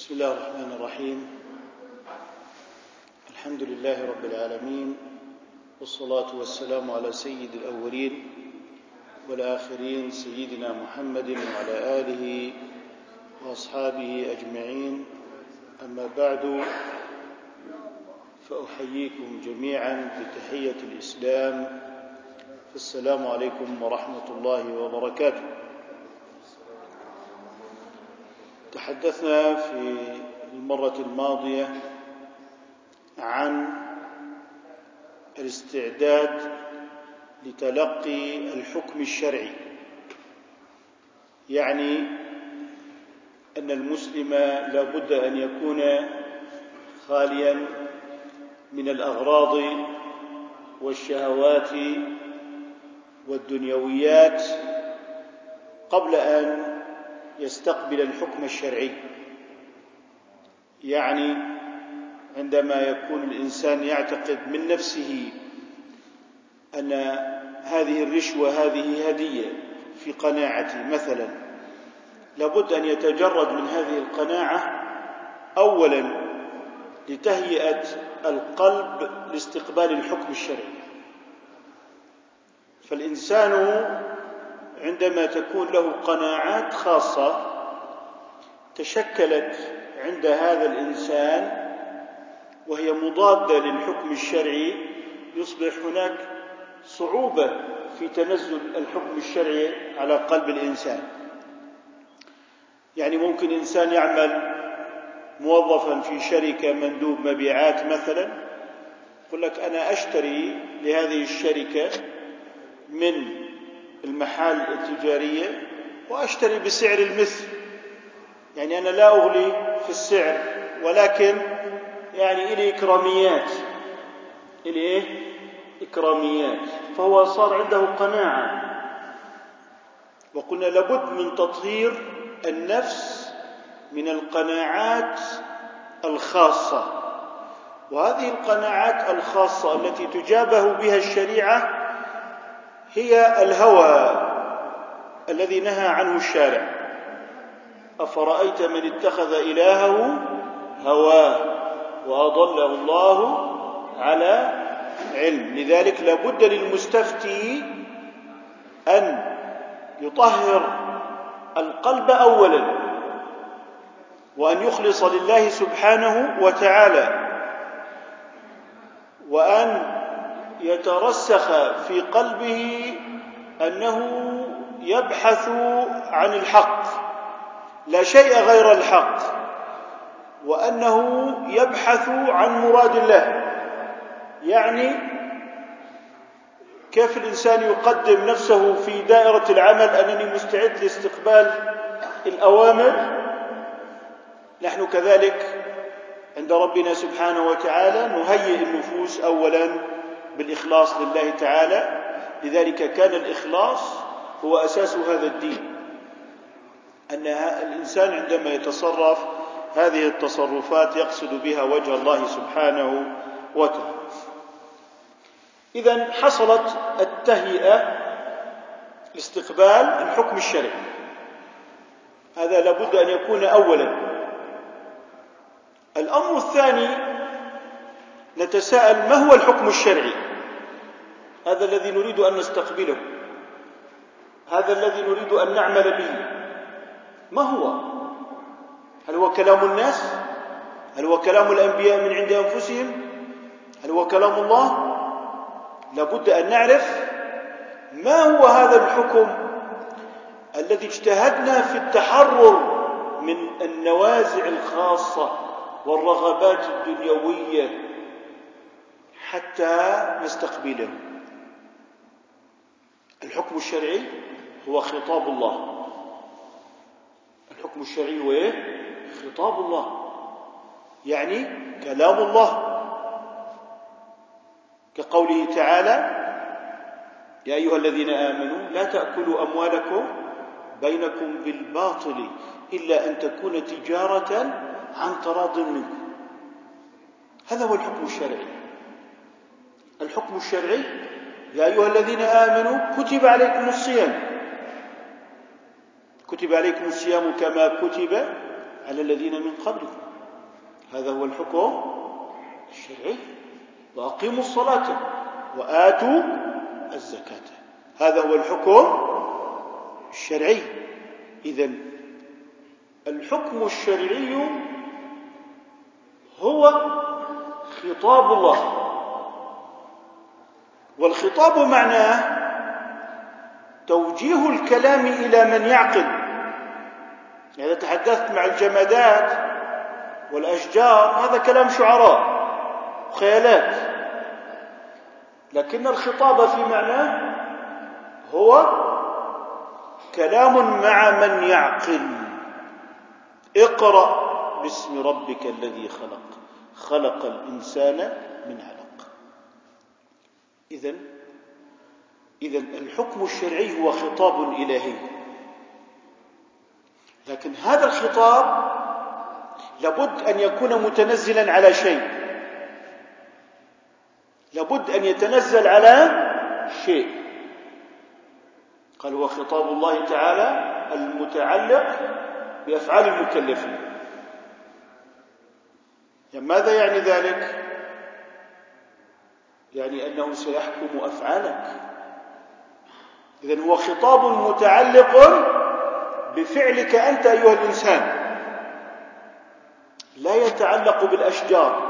بسم الله الرحمن الرحيم. الحمد لله رب العالمين، والصلاة والسلام على سيد الأولين والآخرين سيدنا محمد وعلى آله وأصحابه أجمعين. أما بعد، فأحييكم جميعا بتحية الإسلام، فالسلام عليكم ورحمة الله وبركاته. تحدثنا في المرة الماضية عن الاستعداد لتلقي الحكم الشرعي، يعني أن المسلم لا بد أن يكون خاليا من الأغراض والشهوات والدنيويات قبل أن يستقبل الحكم الشرعي. يعني عندما يكون الإنسان يعتقد من نفسه أن هذه الرشوة هذه هدية في قناعته مثلا، لابد أن يتجرد من هذه القناعة أولا لتهيئة القلب لاستقبال الحكم الشرعي. فالإنسان عندما تكون له قناعات خاصة تشكلت عند هذا الإنسان وهي مضادة للحكم الشرعي، يصبح هناك صعوبة في تنزل الحكم الشرعي على قلب الإنسان. يعني ممكن إنسان يعمل موظفا في شركة مندوب مبيعات مثلا، يقول لك أنا أشتري لهذه الشركة من المحال التجارية وأشتري بسعر المثل، يعني أنا لا أغلي في السعر، ولكن يعني إلي إكراميات، فهو صار عنده قناعة. وقلنا لابد من تطهير النفس من القناعات الخاصة، وهذه القناعات الخاصة التي تجابه بها الشريعة هي الهوى الذي نهى عنه الشارع. أفرأيت من اتخذ إلهه هواه وأضله الله على علم. لذلك لابد للمستفتي أن يطهر القلب أولا، وأن يخلص لله سبحانه وتعالى، وأن يترسخ في قلبه أنه يبحث عن الحق، لا شيء غير الحق، وأنه يبحث عن مراد الله. يعني كيف الإنسان يقدم نفسه في دائرة العمل، أنني مستعد لاستقبال الأوامر، نحن كذلك عند ربنا سبحانه وتعالى نهيئ النفوس أولا بالإخلاص لله تعالى. لذلك كان الإخلاص هو أساس هذا الدين، أن الإنسان عندما يتصرف هذه التصرفات يقصد بها وجه الله سبحانه وتعالى. إذن حصلت التهيئة لاستقبال الحكم الشرعي، هذا لابد أن يكون أولا. الأمر الثاني، نتساءل ما هو الحكم الشرعي؟ هذا الذي نريد أن نستقبله، هذا الذي نريد أن نعمل به، ما هو؟ هل هو كلام الناس؟ هل هو كلام الأنبياء من عند أنفسهم؟ هل هو كلام الله؟ لابد أن نعرف ما هو هذا الحكم الذي اجتهدنا في التحرر من النوازع الخاصة والرغبات الدنيوية حتى نستقبله. الحكم الشرعي هو خطاب الله. الحكم الشرعي هو إيه؟ خطاب الله، يعني كلام الله، كقوله تعالى: يا أيها الذين آمنوا لا تأكلوا أموالكم بينكم بالباطل إلا أن تكون تجارة عن تراض منكم. هذا هو الحكم الشرعي. الحكم الشرعي: يا أيها الذين آمنوا كتب عليكم الصيام كما كتب على الذين من قبلكم. هذا هو الحكم الشرعي. وأقيموا الصلاة وآتوا الزكاة، هذا هو الحكم الشرعي. إذن الحكم الشرعي هو خطاب الله، والخطاب معناه توجيه الكلام إلى من يعقل. إذا تحدثت مع الجمادات والأشجار هذا كلام شعراء وخيالات، لكن الخطاب في معناه هو كلام مع من يعقل. اقرأ باسم ربك الذي خلق، خلق الإنسان من علق. إذن الحكم الشرعي هو خطاب إلهي، لكن هذا الخطاب لابد أن يكون متنزلا على شيء، لابد أن يتنزل على شيء. قال هو خطاب الله تعالى المتعلق بأفعال المكلفين. يعني ماذا يعني ذلك؟ يعني أنه سيحكم أفعالك. إذن هو خطاب متعلق بفعلك أنت أيها الإنسان، لا يتعلق بالأشجار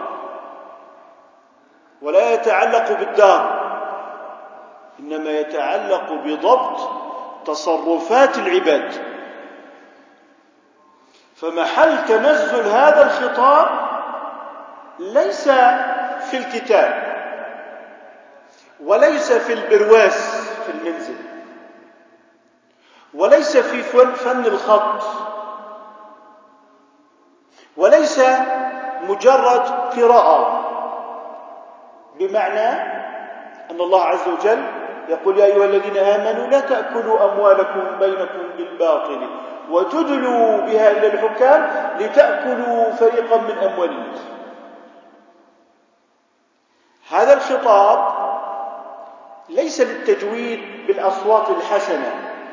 ولا يتعلق بالدار، إنما يتعلق بضبط تصرفات العباد. فمحل تنزل هذا الخطاب ليس في الكتاب وليس في البرواز في المنزل وليس في فن الخط وليس مجرد قراءة، بمعنى أن الله عز وجل يقول يا أيها الذين آمنوا لا تأكلوا أموالكم بينكم بالباطل وتدلوا بها إلى الحكام لتأكلوا فريقا من أموال الناس. هذا الخطاب ليس للتجويد بالأصوات الحسنة،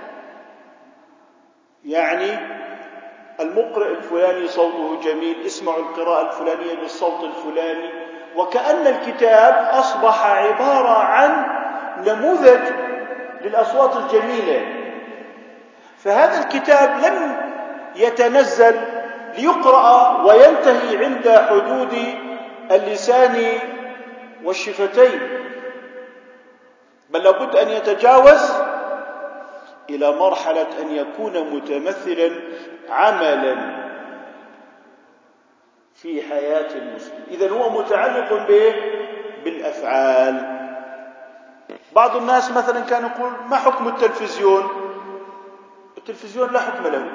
يعني المقرئ الفلاني صوته جميل، اسمعوا القراءة الفلانية بالصوت الفلاني، وكأن الكتاب أصبح عبارة عن نموذج للأصوات الجميلة. فهذا الكتاب لم يتنزل ليقرأ وينتهي عند حدود اللسان والشفتين، بل لابد أن يتجاوز إلى مرحلة أن يكون متمثلا عملا في حياة المسلم. إذن هو متعلق بالأفعال. بعض الناس مثلا كان يقول ما حكم التلفزيون؟ التلفزيون لا حكم له،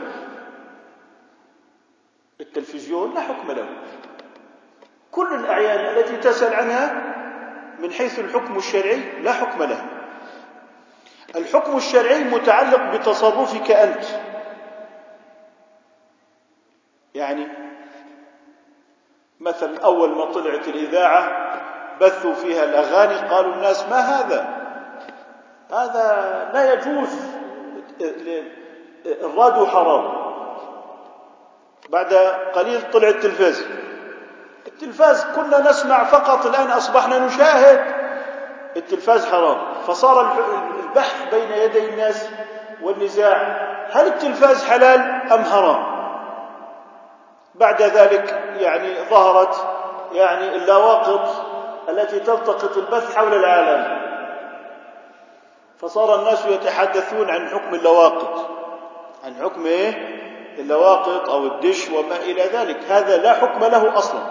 التلفزيون لا حكم له. كل الأعيان التي تسأل عنها من حيث الحكم الشرعي لا حكم له. الحكم الشرعي متعلق بتصرفك أنت. يعني مثلا أول ما طلعت الإذاعة بثوا فيها الأغاني، قالوا الناس ما هذا لا يجوز، الراديو حرام. بعد قليل طلع التلفاز كنا نسمع فقط، الآن أصبحنا نشاهد. التلفاز حرام، فصار البحث بين يدي الناس والنزاع هل التلفاز حلال أم حرام. بعد ذلك يعني ظهرت يعني اللواقط التي تلتقط البث حول العالم، فصار الناس يتحدثون عن حكم اللواقط، عن حكم اللواقط أو الدش وما إلى ذلك. هذا لا حكم له أصلا،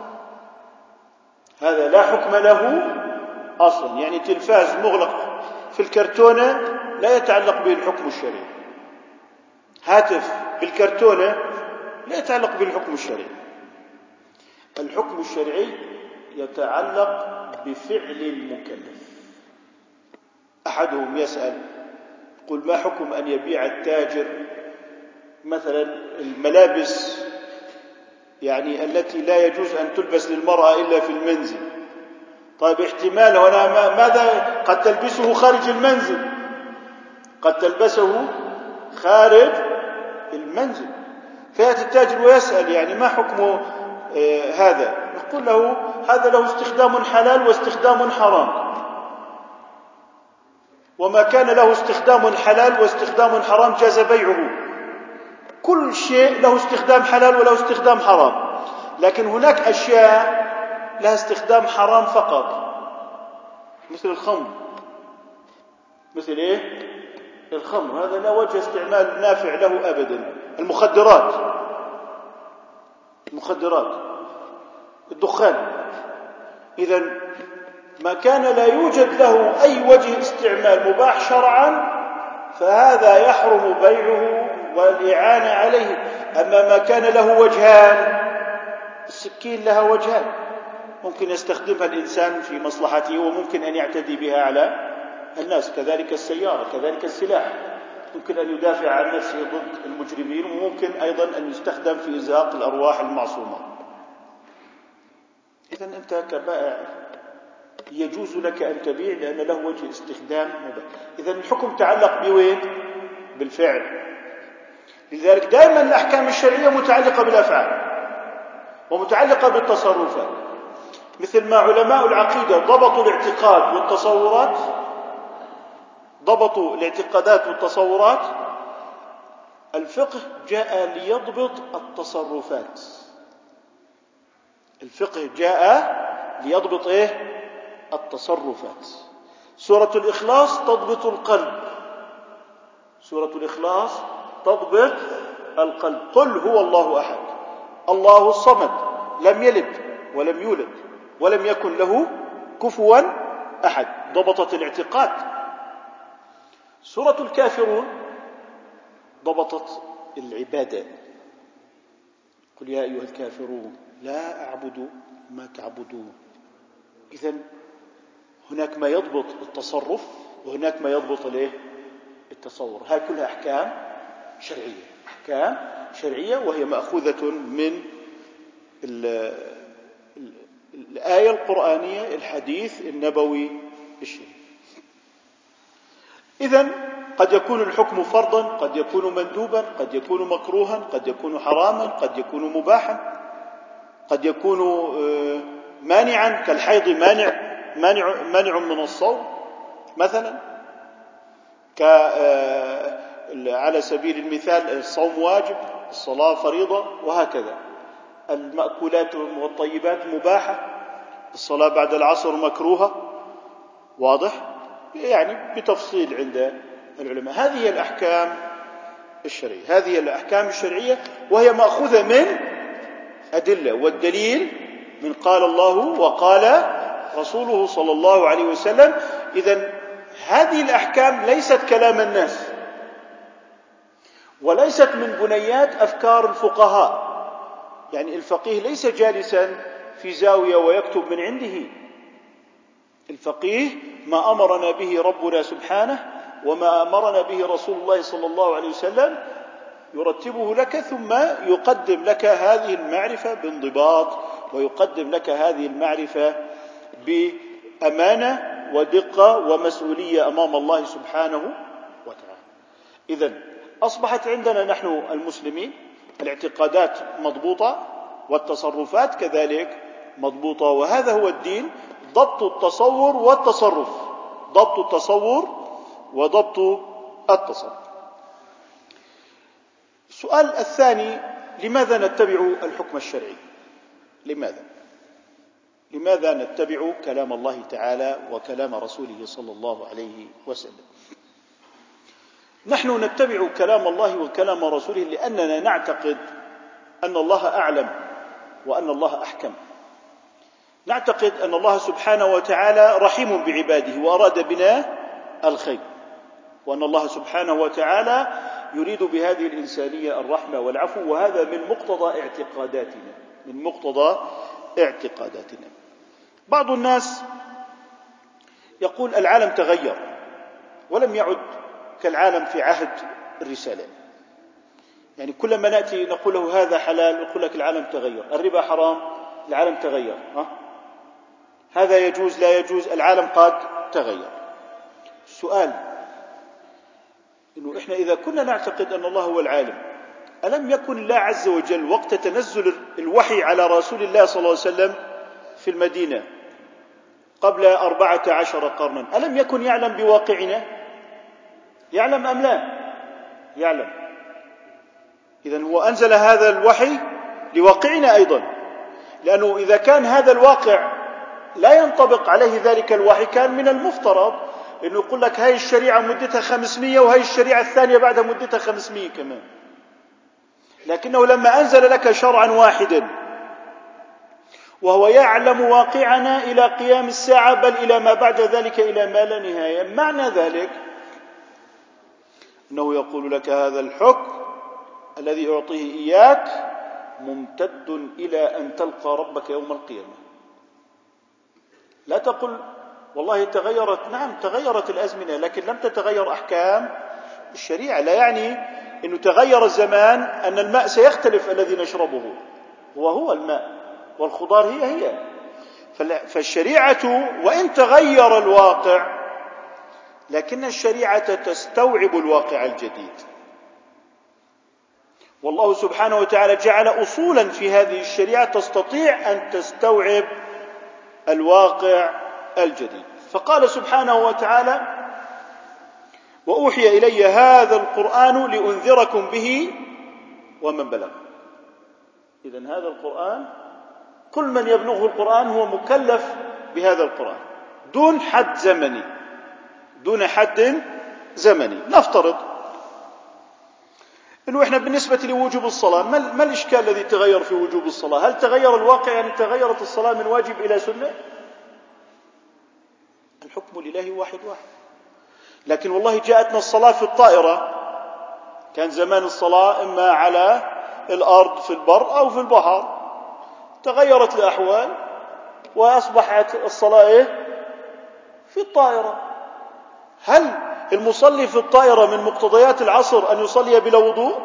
هذا لا حكم له أصلا. يعني تلفاز مغلق في الكرتونة لا يتعلق به الحكم الشرعي، هاتف بالكرتونة لا يتعلق به الحكم الشرعي. الحكم الشرعي يتعلق بفعل المكلف. أحدهم يسأل قل ما حكم أن يبيع التاجر مثلا الملابس يعني التي لا يجوز أن تلبس للمرأة إلا في المنزل. طيب احتمال هنا ماذا؟ قد تلبسه خارج المنزل، قد تلبسه خارج المنزل. فيأتي التاجر ويسأل يعني ما حكم هذا؟ نقول له هذا له استخدام حلال واستخدام حرام، وما كان له استخدام حلال واستخدام حرام جاز بيعه. كل شيء له استخدام حلال وله استخدام حرام، لكن هناك أشياء لها استخدام حرام فقط، مثل الخمر. مثل إيه؟ الخمر، هذا لا وجه استعمال نافع له أبدا. المخدرات، الدخان. إذن ما كان لا يوجد له أي وجه استعمال مباح شرعا فهذا يحرم بيعه والإعانة عليه. أما ما كان له وجهان، السكين لها وجهان، ممكن يستخدمها الإنسان في مصلحته وممكن أن يعتدي بها على الناس، كذلك السيارة، كذلك السلاح، ممكن أن يدافع عن نفسه ضد المجرمين، وممكن أيضا أن يستخدم في إزهاق الأرواح المعصومة. إذن أنت كبائع يجوز لك أن تبيع لأن له وجه استخدام مباح. إذن الحكم تعلق بوين؟ بالفعل. لذلك دائما الأحكام الشرعية متعلقة بالأفعال ومتعلقة بالتصرفات، مثل ما علماء العقيدة ضبطوا الاعتقاد والتصورات، ضبطوا الاعتقادات والتصورات، الفقه جاء ليضبط التصرفات. الفقه جاء ليضبط التصرفات. سورة الإخلاص تضبط القلب، سورة الإخلاص تضبط القلب. قل هو الله أحد الله الصمد لم يلد ولم يولد ولم يكن له كفوا أحد، ضبطت الاعتقاد. سورة الكافرون ضبطت العبادة. قل يا أيها الكافرون لا أعبد ما تعبدون. إذن هناك ما يضبط التصرف وهناك ما يضبط التصور. هاي كلها أحكام شرعية، أحكام شرعية، وهي مأخوذة من الآية القرآنية، الحديث النبوي الشريف. إذن قد يكون الحكم فرضا، قد يكون مندوبا، قد يكون مكروها، قد يكون حراما، قد يكون مباحا، قد يكون مانعا كالحيض مانع من الصوم مثلا، على سبيل المثال الصوم واجب، الصلاة فريضة، وهكذا. المأكولات والطيبات مباحة، الصلاة بعد العصر مكروهة، واضح؟ يعني بتفصيل عند العلماء. هذه هي الأحكام الشرعية، هذه الأحكام الشرعية، وهي مأخوذة من أدلة، والدليل من قال الله وقال رسوله صلى الله عليه وسلم. إذن هذه الأحكام ليست كلام الناس وليست من بنيات أفكار الفقهاء. يعني الفقيه ليس جالسا في زاوية ويكتب من عنده. الفقيه ما أمرنا به ربنا سبحانه وما أمرنا به رسول الله صلى الله عليه وسلم يرتبه لك، ثم يقدم لك هذه المعرفة بانضباط، ويقدم لك هذه المعرفة بأمانة ودقة ومسؤولية أمام الله سبحانه وتعالى. إذن أصبحت عندنا نحن المسلمين الاعتقادات مضبوطة والتصرفات كذلك مضبوطة، وهذا هو الدين، ضبط التصور والتصرف، ضبط التصور وضبط التصرف. السؤال الثاني: لماذا نتبع الحكم الشرعي؟ لماذا نتبع كلام الله تعالى وكلام رسوله صلى الله عليه وسلم؟ نحن نتبع كلام الله وكلام رسوله لأننا نعتقد أن الله أعلم وأن الله أحكم. نعتقد أن الله سبحانه وتعالى رحيم بعباده وأراد بنا الخير، وأن الله سبحانه وتعالى يريد بهذه الإنسانية الرحمة والعفو، وهذا من مقتضى اعتقاداتنا. بعض الناس يقول العالم تغير ولم يعد كالعالم في عهد الرسالة. يعني كلما نأتي نقول له هذا حلال يقول لك العالم تغير، الربا حرام العالم تغير، هذا يجوز لا يجوز العالم قد تغير. السؤال إنه إحنا إذا كنا نعتقد أن الله هو العالم ألم يكن الله عز وجل وقت تنزل الوحي على رسول الله صلى الله عليه وسلم في المدينة قبل 14 قرنا، ألم يكن يعلم بواقعنا؟ يعلم أم لا؟ يعلم. إذن هو أنزل هذا الوحي لواقعنا أيضا، لأنه إذا كان هذا الواقع لا ينطبق عليه ذلك الوحي كان من المفترض أنه يقول لك هاي الشريعة مدتها 500 وهاي الشريعة الثانية بعدها مدتها 500 كمان. لكنه لما أنزل لك شرعا واحدا وهو يعلم واقعنا إلى قيام الساعة، بل إلى ما بعد ذلك إلى ما لا نهاية، معنى ذلك أنه يقول لك هذا الحكم الذي أعطيه إياك ممتد إلى أن تلقى ربك يوم القيامة. لا تقل والله تغيرت، نعم تغيرت الأزمنة لكن لم تتغير أحكام الشريعة. لا يعني أنه تغير الزمان أن الماء سيختلف الذي نشربه، هو الماء والخضار هي. فالشريعة وإن تغير الواقع لكن الشريعة تستوعب الواقع الجديد. والله سبحانه وتعالى جعل أصولا في هذه الشريعة تستطيع أن تستوعب الواقع الجديد. فقال سبحانه وتعالى: وأوحي إلي هذا القرآن لأنذركم به ومن بلغ. إذن هذا القرآن كل من يبلغه القرآن هو مكلف بهذا القرآن دون حد زمني، دون حد زمني. نفترض إنه إحنا بالنسبة لوجوب الصلاة ما الإشكال الذي تغير في وجوب الصلاة؟ هل تغير الواقع يعني تغيرت الصلاة من واجب إلى سنة؟ الحكم الإلهي واحد. لكن والله جاءتنا الصلاة في الطائرة، كان زمان الصلاة إما على الأرض في البر أو في البحر، تغيرت الأحوال وأصبحت الصلاة في الطائرة. هل المصلي في الطائرة من مقتضيات العصر أن يصلي بلا وضوء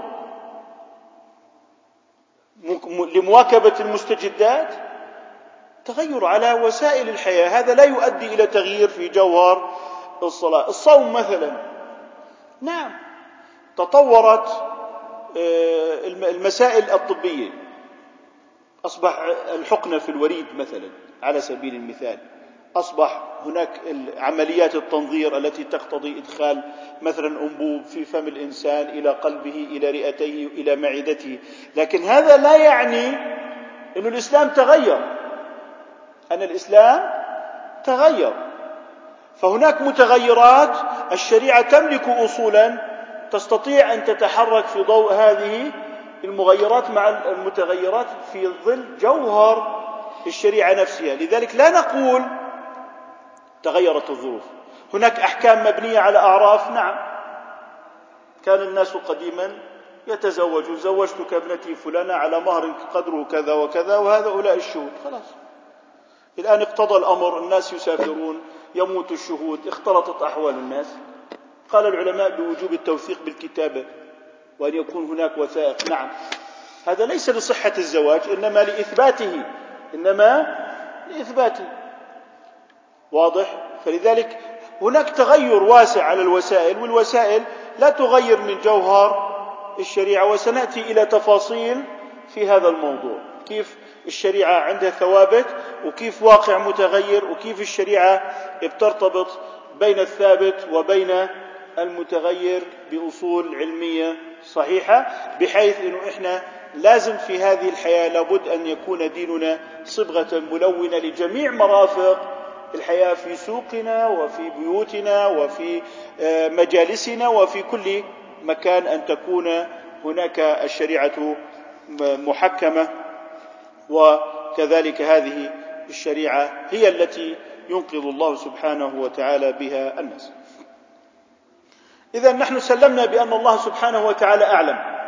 لمواكبة المستجدات؟ تغير على وسائل الحياة، هذا لا يؤدي إلى تغيير في جوهر الصلاة. الصوم مثلا، نعم تطورت المسائل الطبية، أصبح الحقنة في الوريد مثلا على سبيل المثال، أصبح هناك عمليات التنظير التي تقتضي إدخال مثلا أنبوب في فم الإنسان إلى قلبه إلى رئتيه إلى معدته. لكن هذا لا يعني أن الإسلام تغير، أن الإسلام تغير. فهناك متغيرات الشريعة تملك أصولا تستطيع أن تتحرك في ضوء هذه المغيرات مع المتغيرات في ظل جوهر الشريعة نفسها. لذلك لا نقول تغيرت الظروف. هناك أحكام مبنية على أعراف، نعم كان الناس قديما يتزوجوا، زوجتك ابنتي فلانة على مهر قدره كذا وكذا وهؤلاء الشهود، خلاص. الآن اقتضى الأمر، الناس يسافرون، يموت الشهود، اختلطت أحوال الناس. قال العلماء بوجوب التوثيق بالكتابة وأن يكون هناك وثائق. نعم هذا ليس لصحة الزواج إنما لإثباته، واضح؟ فلذلك هناك تغير واسع على الوسائل، والوسائل لا تغير من جوهر الشريعة. وسنأتي إلى تفاصيل في هذا الموضوع، كيف الشريعة عندها ثوابت وكيف واقع متغير وكيف الشريعة بترتبط بين الثابت وبين المتغير بأصول علمية صحيحة، بحيث أنه إحنا لازم في هذه الحياة لابد أن يكون ديننا صبغة ملونة لجميع مرافق الحياة في سوقنا وفي بيوتنا وفي مجالسنا وفي كل مكان، أن تكون هناك الشريعة محكمة. وكذلك هذه الشريعة هي التي ينقذ الله سبحانه وتعالى بها الناس. إذن نحن سلمنا بأن الله سبحانه وتعالى أعلم.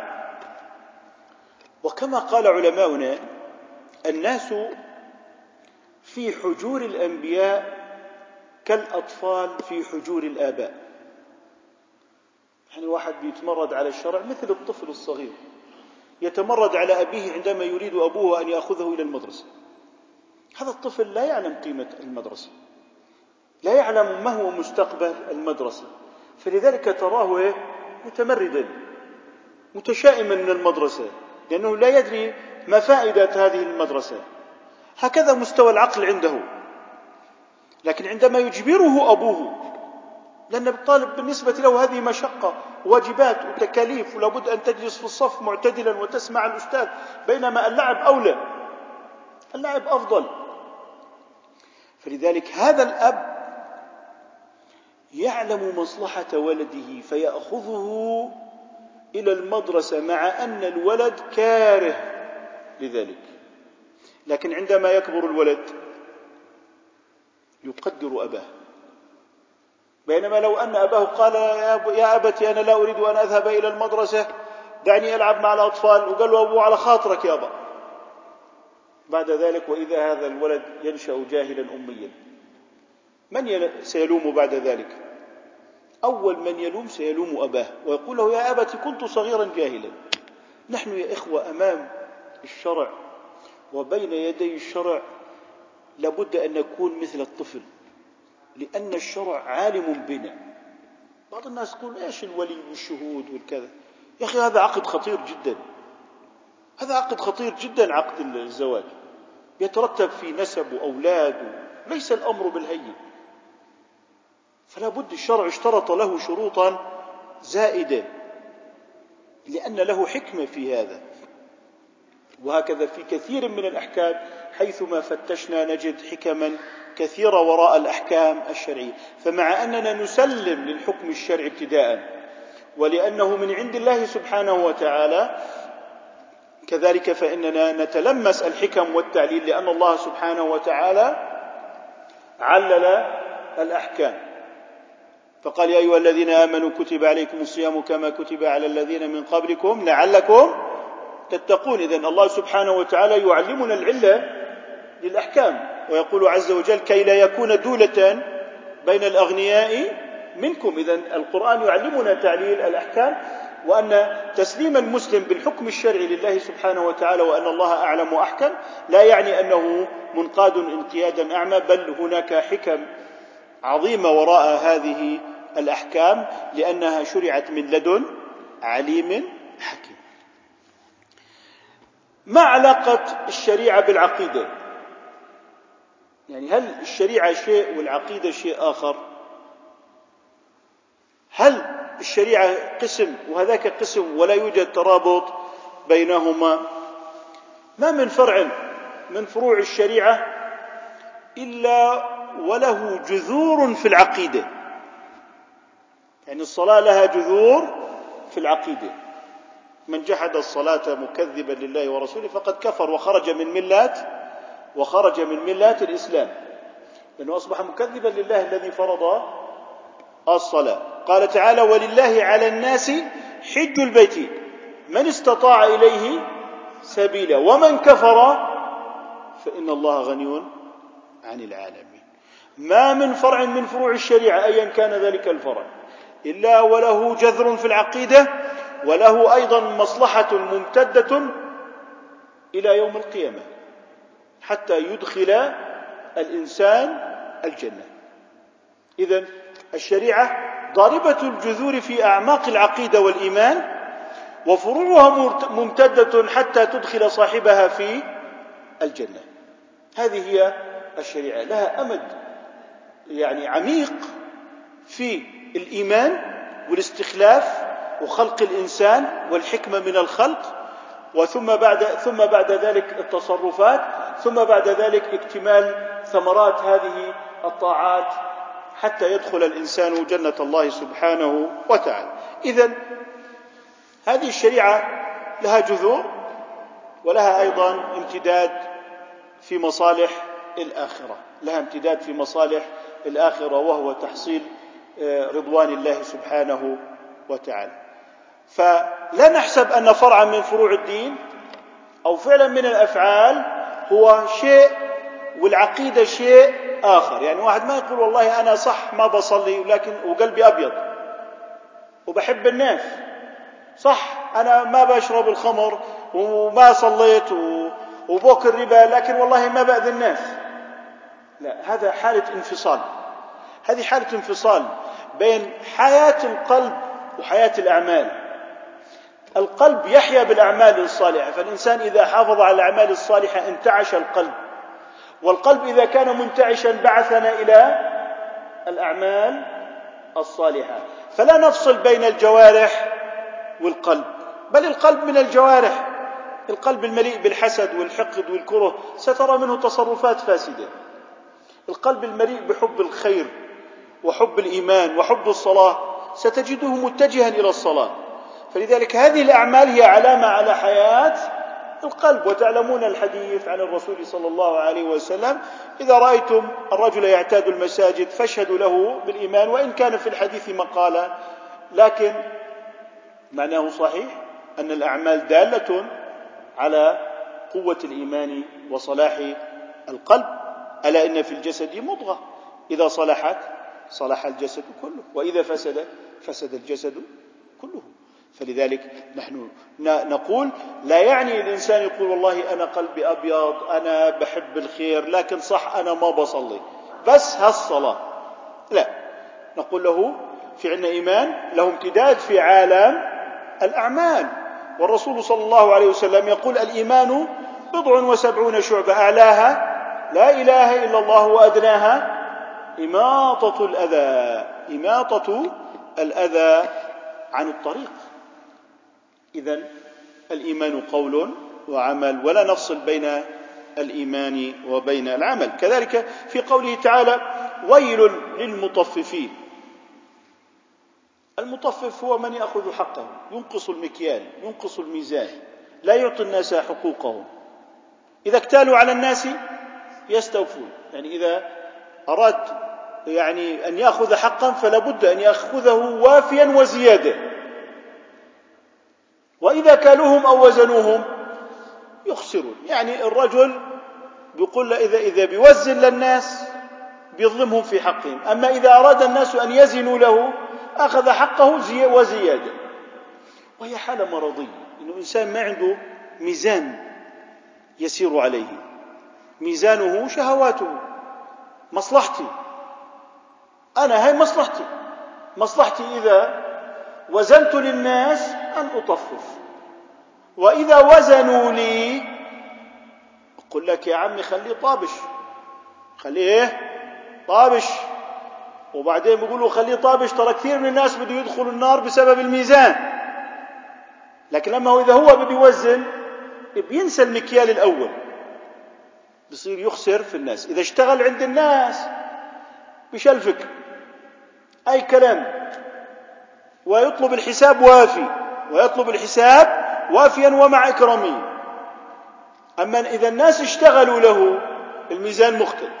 وكما قال علماؤنا الناس في حجور الأنبياء كالأطفال في حجور الآباء. يعني واحد بيتمرد على الشرع مثل الطفل الصغير يتمرد على أبيه عندما يريد أبوه أن يأخذه إلى المدرسة. هذا الطفل لا يعلم قيمة المدرسة، لا يعلم ما هو مستقبل المدرسة، فلذلك تراه متمردا. متشائما من المدرسة لأنه لا يدري ما فائدة هذه المدرسة. هكذا مستوى العقل عنده. لكن عندما يجبره أبوه، لأن الطالب بالنسبة له هذه مشقة واجبات وتكاليف، ولابد أن تجلس في الصف معتدلا وتسمع الأستاذ، بينما اللعب أولى، اللعب أفضل. فلذلك هذا الأب يعلم مصلحة ولده فيأخذه إلى المدرسة مع أن الولد كاره لذلك. لكن عندما يكبر الولد يقدر أباه، بينما لو أن أباه قال يا أبت أنا لا أريد أن أذهب إلى المدرسة، دعني ألعب مع الأطفال، وقال له أبوه على خاطرك يا أبا، بعد ذلك وإذا هذا الولد ينشأ جاهلا أميا، من سيلوم بعد ذلك؟ أول من يلوم سيلوم أباه ويقول له يا أبت كنت صغيرا جاهلا. نحن يا إخوة أمام الشرع وبين يدي الشرع لابد أن نكون مثل الطفل، لأن الشرع عالم بنا. بعض الناس يقول إيش الولي والشهود والكذا. يا أخي هذا عقد خطير جدا، هذا عقد خطير جدا، عقد الزواج يترتب في نسب وأولاد، ليس الأمر بالهين. فلا بد الشرع اشترط له شروطا زائدة لأن له حكمة في هذا. وهكذا في كثير من الأحكام حيثما فتشنا نجد حكما كثيرة وراء الأحكام الشرعية. فمع أننا نسلم للحكم الشرعي ابتداء ولأنه من عند الله سبحانه وتعالى، كذلك فإننا نتلمس الحكم والتعليل، لأن الله سبحانه وتعالى علل الأحكام فقال يا أيها الذين آمنوا كتب عليكم الصيام كما كتب على الذين من قبلكم لعلكم تتقون. إذن الله سبحانه وتعالى يعلمنا العلة للأحكام، ويقول عز وجل كي لا يكون دولة بين الأغنياء منكم. إذن القرآن يعلمنا تعليل الأحكام، وأن تسليم المسلم بالحكم الشرعي لله سبحانه وتعالى وأن الله أعلم وأحكم لا يعني أنه منقاد انقيادا أعمى، بل هناك حكم عظيمة وراء هذه الأحكام لأنها شرعت من لدن عليم حكيم. ما علاقة الشريعة بالعقيدة؟ يعني هل الشريعة شيء والعقيدة شيء آخر؟ هل الشريعة قسم وهذاك قسم ولا يوجد ترابط بينهما؟ ما من فرع من فروع الشريعة إلا وله جذور في العقيدة. يعني الصلاة لها جذور في العقيدة. من جحد الصلاة مكذبا لله ورسوله فقد كفر وخرج من ملة الإسلام، لأنه أصبح مكذبا لله الذي فرض الصلاة. قال تعالى ولله على الناس حج البيت من استطاع إليه سبيلا ومن كفر فإن الله غني عن العالمين. ما من فرع من فروع الشريعة أيا كان ذلك الفرع إلا وله جذر في العقيدة، وله أيضا مصلحة ممتدة إلى يوم القيامة حتى يدخل الإنسان الجنة. إذن الشريعة ضاربة الجذور في أعماق العقيدة والإيمان، وفروعها ممتدة حتى تدخل صاحبها في الجنة. هذه هي الشريعة، لها أمد يعني عميق في الإيمان والاستخلاف وخلق الإنسان والحكمة من الخلق، ثم بعد ذلك التصرفات، ثم بعد ذلك اكتمال ثمرات هذه الطاعات حتى يدخل الإنسان جنة الله سبحانه وتعالى. إذن هذه الشريعة لها جذور ولها أيضا امتداد في مصالح الآخرة، وهو تحصيل رضوان الله سبحانه وتعالى. فلا نحسب أن فرعا من فروع الدين أو فعلا من الأفعال هو شيء والعقيدة شيء آخر. يعني واحد ما يقول والله أنا صح ما بصلي ولكن وقلبي أبيض وبحب الناس، صح أنا ما بشرب الخمر وما صليت وبوك الربا لكن والله ما بأذي الناس. لا، هذا حالة انفصال. هذه حالة انفصال بين حياة القلب وحياة الأعمال. القلب يحيا بالأعمال الصالحة، فالإنسان إذا حافظ على الأعمال الصالحة انتعش القلب، والقلب إذا كان منتعشا بعثنا إلى الأعمال الصالحة. فلا نفصل بين الجوارح والقلب، بل القلب من الجوارح. القلب المليء بالحسد والحقد والكره سترى منه تصرفات فاسدة. القلب المليء بحب الخير وحب الإيمان وحب الصلاة ستجده متجها إلى الصلاة. فلذلك هذه الأعمال هي علامة على حياة القلب. وتعلمون الحديث عن الرسول صلى الله عليه وسلم: إذا رأيتم الرجل يعتاد المساجد فاشهدوا له بالإيمان، وإن كان في الحديث مقالة، لكن معناه صحيح أن الأعمال دالة على قوة الإيمان وصلاح القلب. ألا إن في الجسد مضغة إذا صلحت صلح الجسد كله، وإذا فسد فسد الجسد كله. فلذلك نحن نقول لا يعني الإنسان يقول والله أنا قلبي أبيض، أنا بحب الخير، لكن صح أنا ما بصلي بس هالصلاة، لا، نقول له في عنا إيمان له امتداد في عالم الأعمال. والرسول صلى الله عليه وسلم يقول: الإيمان 70 شعبة، أعلاها لا إله إلا الله، وأدناها إماطة الأذى عن الطريق. إذن الإيمان قول وعمل، ولا نفصل بين الإيمان وبين العمل. كذلك في قوله تعالى: ويل للمطففين. المطفف هو من يأخذ حقه، ينقص المكيال، ينقص الميزان، لا يعطي الناس حقوقهم. إذا اكتالوا على الناس يستوفون، يعني إذا أراد أن يأخذ حقا فلا بد أن يأخذه وافيا وزيادة. وإذا كالوهم أو وزنوهم يخسرون، يعني الرجل بيقول إذا بيوزن للناس بيظلمهم في حقهم، أما إذا أراد الناس أن يزنوا له أخذ حقه وزيادة. وهي حالة مرضية، إنه إنسان ما عنده ميزان يسير عليه، ميزانه شهواته، مصلحتي أنا، هاي مصلحتي إذا وزنت للناس أن أطفف، وإذا وزنوا لي أقول لك يا عمي خليه طابش، وبعدين بيقولوا خليه طابش، ترى كثير من الناس بده يدخلوا النار بسبب الميزان. لكن إذا هو بده يوزن بينسى المكيال الأول، بصير يخسر في الناس. إذا اشتغل عند الناس بشلفك أي كلام، ويطلب الحساب وافيا ومع إكرامية. أما إذا الناس اشتغلوا له الميزان مختلف،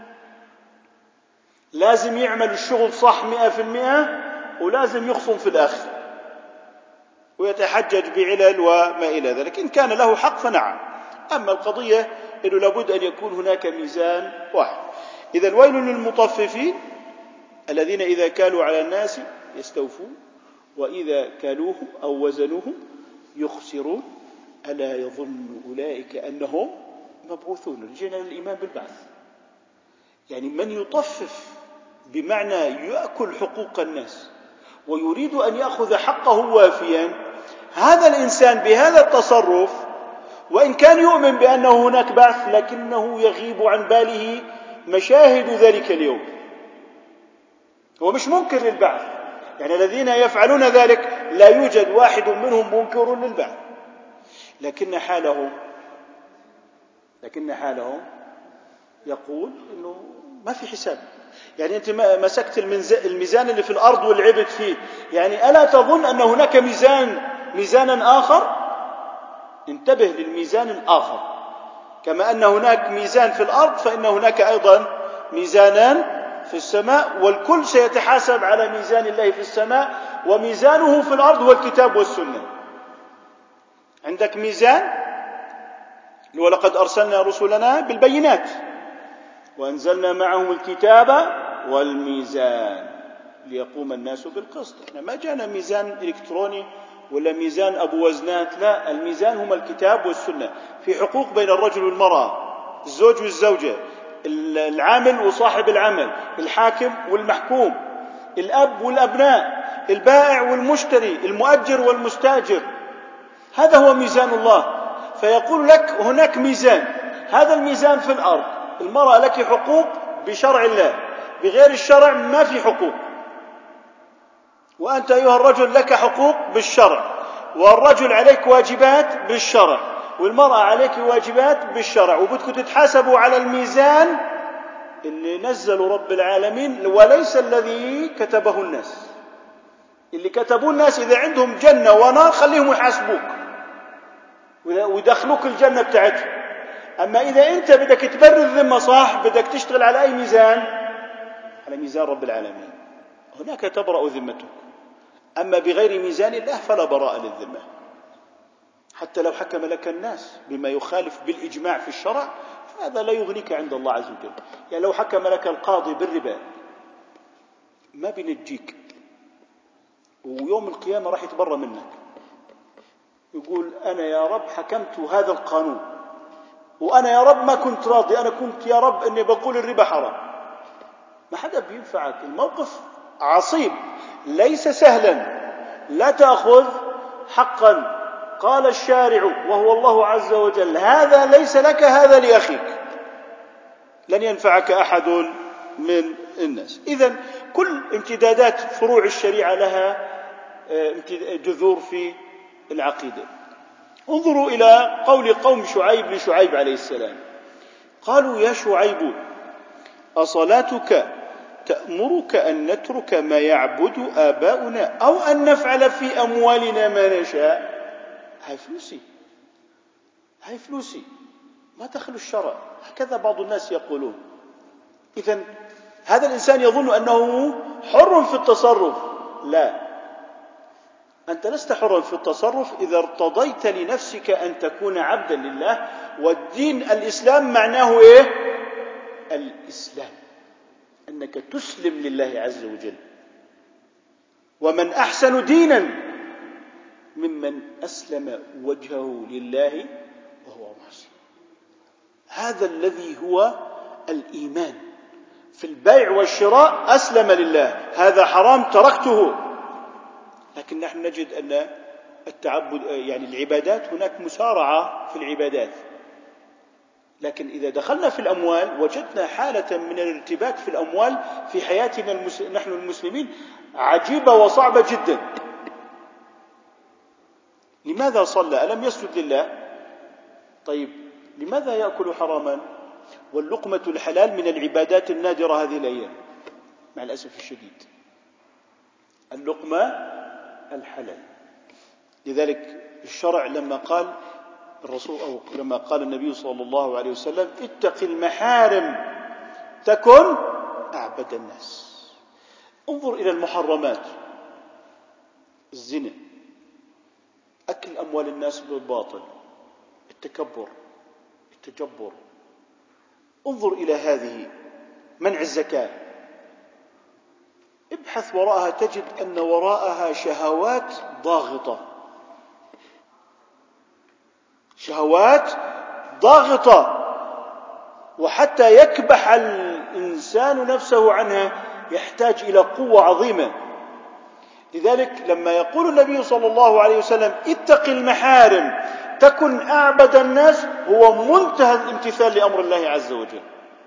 لازم يعمل الشغل صح 100%، ولازم يخصم في الآخر ويتحجج بعلل وما إلى ذلك. إن كان له حق فنعم، أما القضية إنه لابد أن يكون هناك ميزان واحد. إذا ويل للمطففين الذين إذا كالوا على الناس يستوفون، وإذا كالوهم أو وزنوهم يخسرون. ألا يظن أولئك أنهم مبعوثون. رجعنا للإيمان بالبعث، يعني من يطفف بمعنى يأكل حقوق الناس ويريد أن يأخذ حقه وافيا، هذا الإنسان بهذا التصرف وإن كان يؤمن بأنه هناك بعث، لكنه يغيب عن باله مشاهد ذلك اليوم. هو مش منكر للبعث، يعني الذين يفعلون ذلك لا يوجد واحد منهم منكر للبعث، لكن حالهم يقول إنه ما في حساب. يعني أنت مسكت الميزان اللي في الأرض والعبت فيه، يعني ألا تظن أن هناك ميزانا آخر؟ انتبه للميزان الآخر. كما أن هناك ميزان في الأرض فإن هناك أيضا ميزانا في السماء، والكل سيتحاسب على ميزان الله في السماء، وميزانه في الأرض هو الكتاب والسنة. عندك ميزان، ولقد أرسلنا رسلنا بالبينات وأنزلنا معهم الكتاب والميزان ليقوم الناس بالقسط. احنا ما جانا ميزان إلكتروني ولا ميزان أبو وزنات، لا، الميزان هما الكتاب والسنة في حقوق بين الرجل والمرأة، الزوج والزوجة، العامل وصاحب العمل، الحاكم والمحكوم، الأب والأبناء، البائع والمشتري، المؤجر والمستاجر. هذا هو ميزان الله. فيقول لك هناك ميزان، هذا الميزان في الأرض، المرأة لك حقوق بشرع الله، بغير الشرع ما في حقوق. وأنت أيها الرجل لك حقوق بالشرع، والرجل عليك واجبات بالشرع، والمرأة عليك واجبات بالشرع، وبدكم تتحاسبوا على الميزان اللي نزلوا رب العالمين وليس الذي كتبه الناس. اللي كتبوه الناس إذا عندهم جنة ونار خليهم يحاسبوك ويدخلوك الجنة بتاعتهم. أما إذا أنت بدك تبرر الذمة صح، بدك تشتغل على أي ميزان؟ على ميزان رب العالمين، هناك تبرأ ذمتك. أما بغير ميزان الله فلا براء للذمة، حتى لو حكم لك الناس بما يخالف بالإجماع في الشرع هذا لا يغنيك عند الله عز وجل. يعني لو حكم لك القاضي بالربا ما بينجيك، ويوم القيامة راح يتبرى منك، يقول أنا يا رب حكمت هذا القانون، وأنا يا رب ما كنت راضي، أنا كنت يا رب أني بقول الربا حرام. ما حدا بينفعك، الموقف عصيب ليس سهلا. لا تأخذ حقا قال الشارع وهو الله عز وجل هذا ليس لك هذا لأخيك، لن ينفعك أحد من الناس. إذن كل امتدادات فروع الشريعة لها جذور في العقيدة. انظروا إلى قول قوم شعيب لشعيب عليه السلام، قالوا يا شعيب أصلاتك تأمرك أن نترك ما يعبد آباؤنا أو أن نفعل في أموالنا ما نشاء؟ هاي فلوسي ما دخل الشرع، هكذا بعض الناس يقولون. إذن هذا الإنسان يظن أنه حر في التصرف. لا، أنت لست حرا في التصرف إذا ارتضيت لنفسك أن تكون عبدا لله. والدين الإسلام معناه إيه؟ الإسلام، أنك تسلم لله عز وجل. ومن أحسن دينا ممن أسلم وجهه لله وهو محسن. هذا الذي هو الإيمان. في البيع والشراء أسلم لله، هذا حرام تركته. لكن نحن نجد أن التعبد يعني العبادات هناك مسارعة في العبادات، لكن إذا دخلنا في الأموال وجدنا حالة من الارتباك في الأموال في حياتنا نحن المسلمين عجيبة وصعبة جدا. لماذا صلى؟ ألم يسجد لله؟ طيب لماذا يأكل حراما؟ واللقمة الحلال من العبادات النادرة هذه الأيام مع الأسف الشديد، اللقمة الحلال. لذلك الشرع لما قال الرسول أو لما قال النبي صلى الله عليه وسلم اتق المحارم تكن أعبد الناس. انظر إلى المحرمات، الزنا، أكل أموال الناس بالباطل، التكبر، التجبر. انظر إلى هذه، منع الزكاة، ابحث وراءها تجد أن وراءها شهوات ضاغطة، شهوات ضاغطة، وحتى يكبح الإنسان نفسه عنها يحتاج إلى قوة عظيمة. لذلك لما يقول النبي صلى الله عليه وسلم اتق المحارم تكن أعبد الناس، هو منتهى الامتثال لأمر الله عز وجل،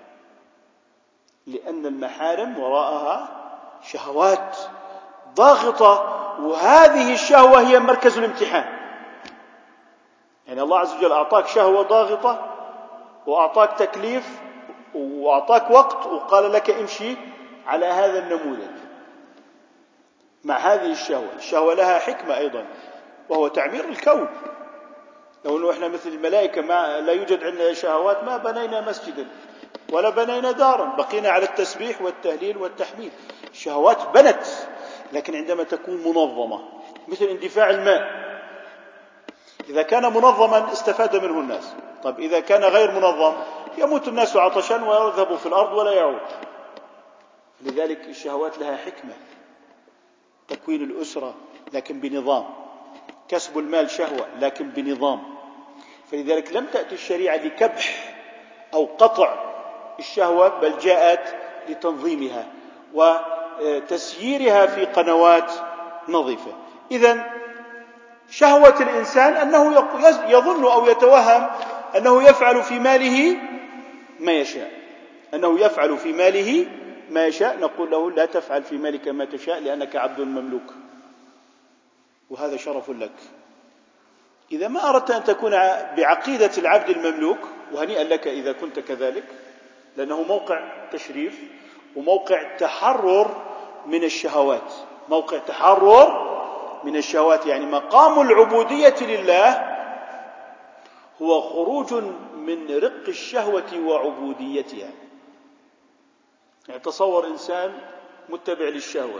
لأن المحارم وراءها شهوات ضاغطة، وهذه الشهوة هي مركز الامتحان. يعني الله عز وجل أعطاك شهوة ضاغطة وأعطاك تكليف وأعطاك وقت وقال لك امشي على هذا النموذج مع هذه الشهوة. الشهوة لها حكمة أيضا، وهو تعمير الكون. لو أنه إحنا مثل الملائكة ما لا يوجد عندنا شهوات ما بنينا مسجدا ولا بنينا دارا، بقينا على التسبيح والتهليل والتحميد. الشهوات بنت، لكن عندما تكون منظمة، مثل اندفاع الماء، إذا كان منظما استفاد منه الناس. طيب إذا كان غير منظم يموت الناس عطشا ويذهبوا في الأرض ولا يعود. لذلك الشهوات لها حكمة، تكوين الأسرة لكن بنظام، كسب المال شهوة لكن بنظام. فلذلك لم تأتي الشريعة لكبح أو قطع الشهوة، بل جاءت لتنظيمها وتسييرها في قنوات نظيفة. إذن شهوة الإنسان أنه يظن أو يتوهم أنه يفعل في ماله ما يشاء، أنه يفعل في ماله ما يشاء. نقول له لا تفعل في مالك ما تشاء لأنك عبد مملوك، وهذا شرف لك. إذا ما أردت أن تكون بعقيدة العبد المملوك، وهنيئا لك إذا كنت كذلك، لأنه موقع تشريف وموقع تحرر من الشهوات، موقع تحرر من الشهوات. يعني مقام العبودية لله هو خروج من رق الشهوة وعبوديتها. يعني تصور إنسان متبع للشهوة،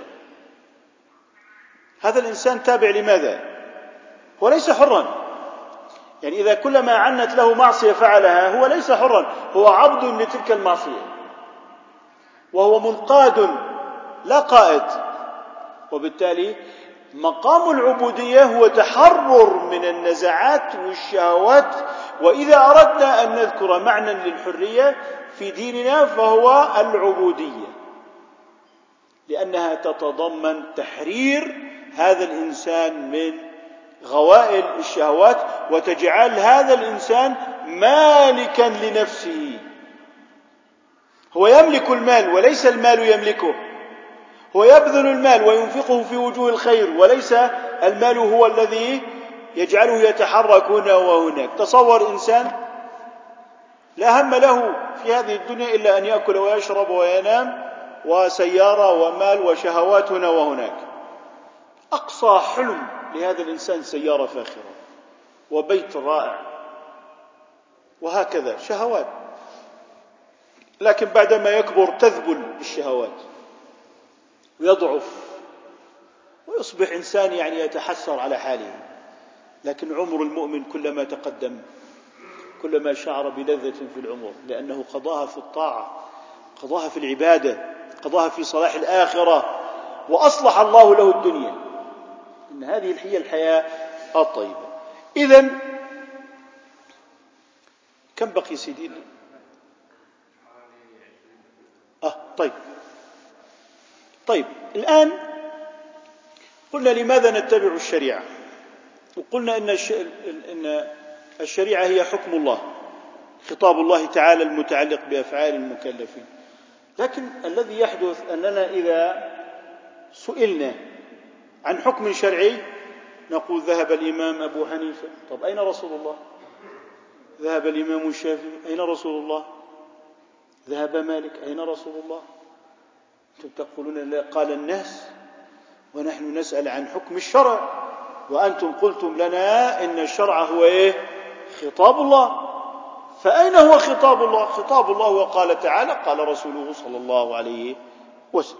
هذا الإنسان تابع لماذا؟ هو ليس حرا. يعني إذا كلما عنت له معصية فعلها، هو ليس حرا، هو عبد لتلك المعصية، وهو منقاد لا قائد. وبالتالي مقام العبودية هو تحرر من النزعات والشهوات. وإذا أردنا أن نذكر معنى للحرية في ديننا فهو العبودية، لأنها تتضمن تحرير هذا الإنسان من غوائل الشهوات، وتجعل هذا الإنسان مالكا لنفسه. هو يملك المال وليس المال يملكه، هو يبذل المال وينفقه في وجوه الخير وليس المال هو الذي يجعله يتحرك هنا وهناك. تصور إنسان لا هم له في هذه الدنيا إلا أن يأكل ويشرب وينام، وسيارة ومال وشهوات هنا وهناك. أقصى حلم لهذا الإنسان سيارة فاخرة وبيت رائع، وهكذا شهوات. لكن بعدما يكبر تذبل الشهوات ويضعف ويصبح إنسان يعني يتحسر على حاله. لكن عمر المؤمن كلما تقدم كلما شعر بلذة في العمر، لأنه قضاها في الطاعة، قضاها في العبادة، قضاها في صلاح الآخرة، وأصلح الله له الدنيا. إن هذه هي الحياة الطيبة. إذن كم بقي سيدي؟ طيب الآن قلنا لماذا نتبع الشريعة، وقلنا إن الشريعة هي حكم الله، خطاب الله تعالى المتعلق بأفعال المكلفين. لكن الذي يحدث أننا إذا سئلنا عن حكم شرعي نقول ذهب الإمام أبو حنيفة. طب أين رسول الله؟ ذهب الإمام الشافعي. أين رسول الله؟ ذهب مالك. أين رسول الله؟ أنتم تقولون لا، قال الناس، ونحن نسأل عن حكم الشرع، وأنتم قلتم لنا إن الشرع هو إيه؟ خطاب الله. فأين هو خطاب الله؟ خطاب الله وقال تعالى قال رسوله صلى الله عليه وسلم.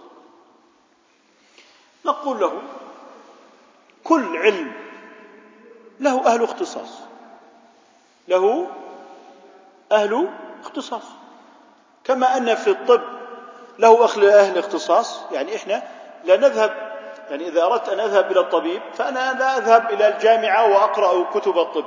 نقول له كل علم له أهل اختصاص، له أهل اختصاص، كما أن في الطب له أهل اختصاص. يعني إحنا لا نذهب، يعني إذا أردت أن أذهب إلى الطبيب فأنا لا أذهب إلى الجامعة وأقرأ كتب الطب.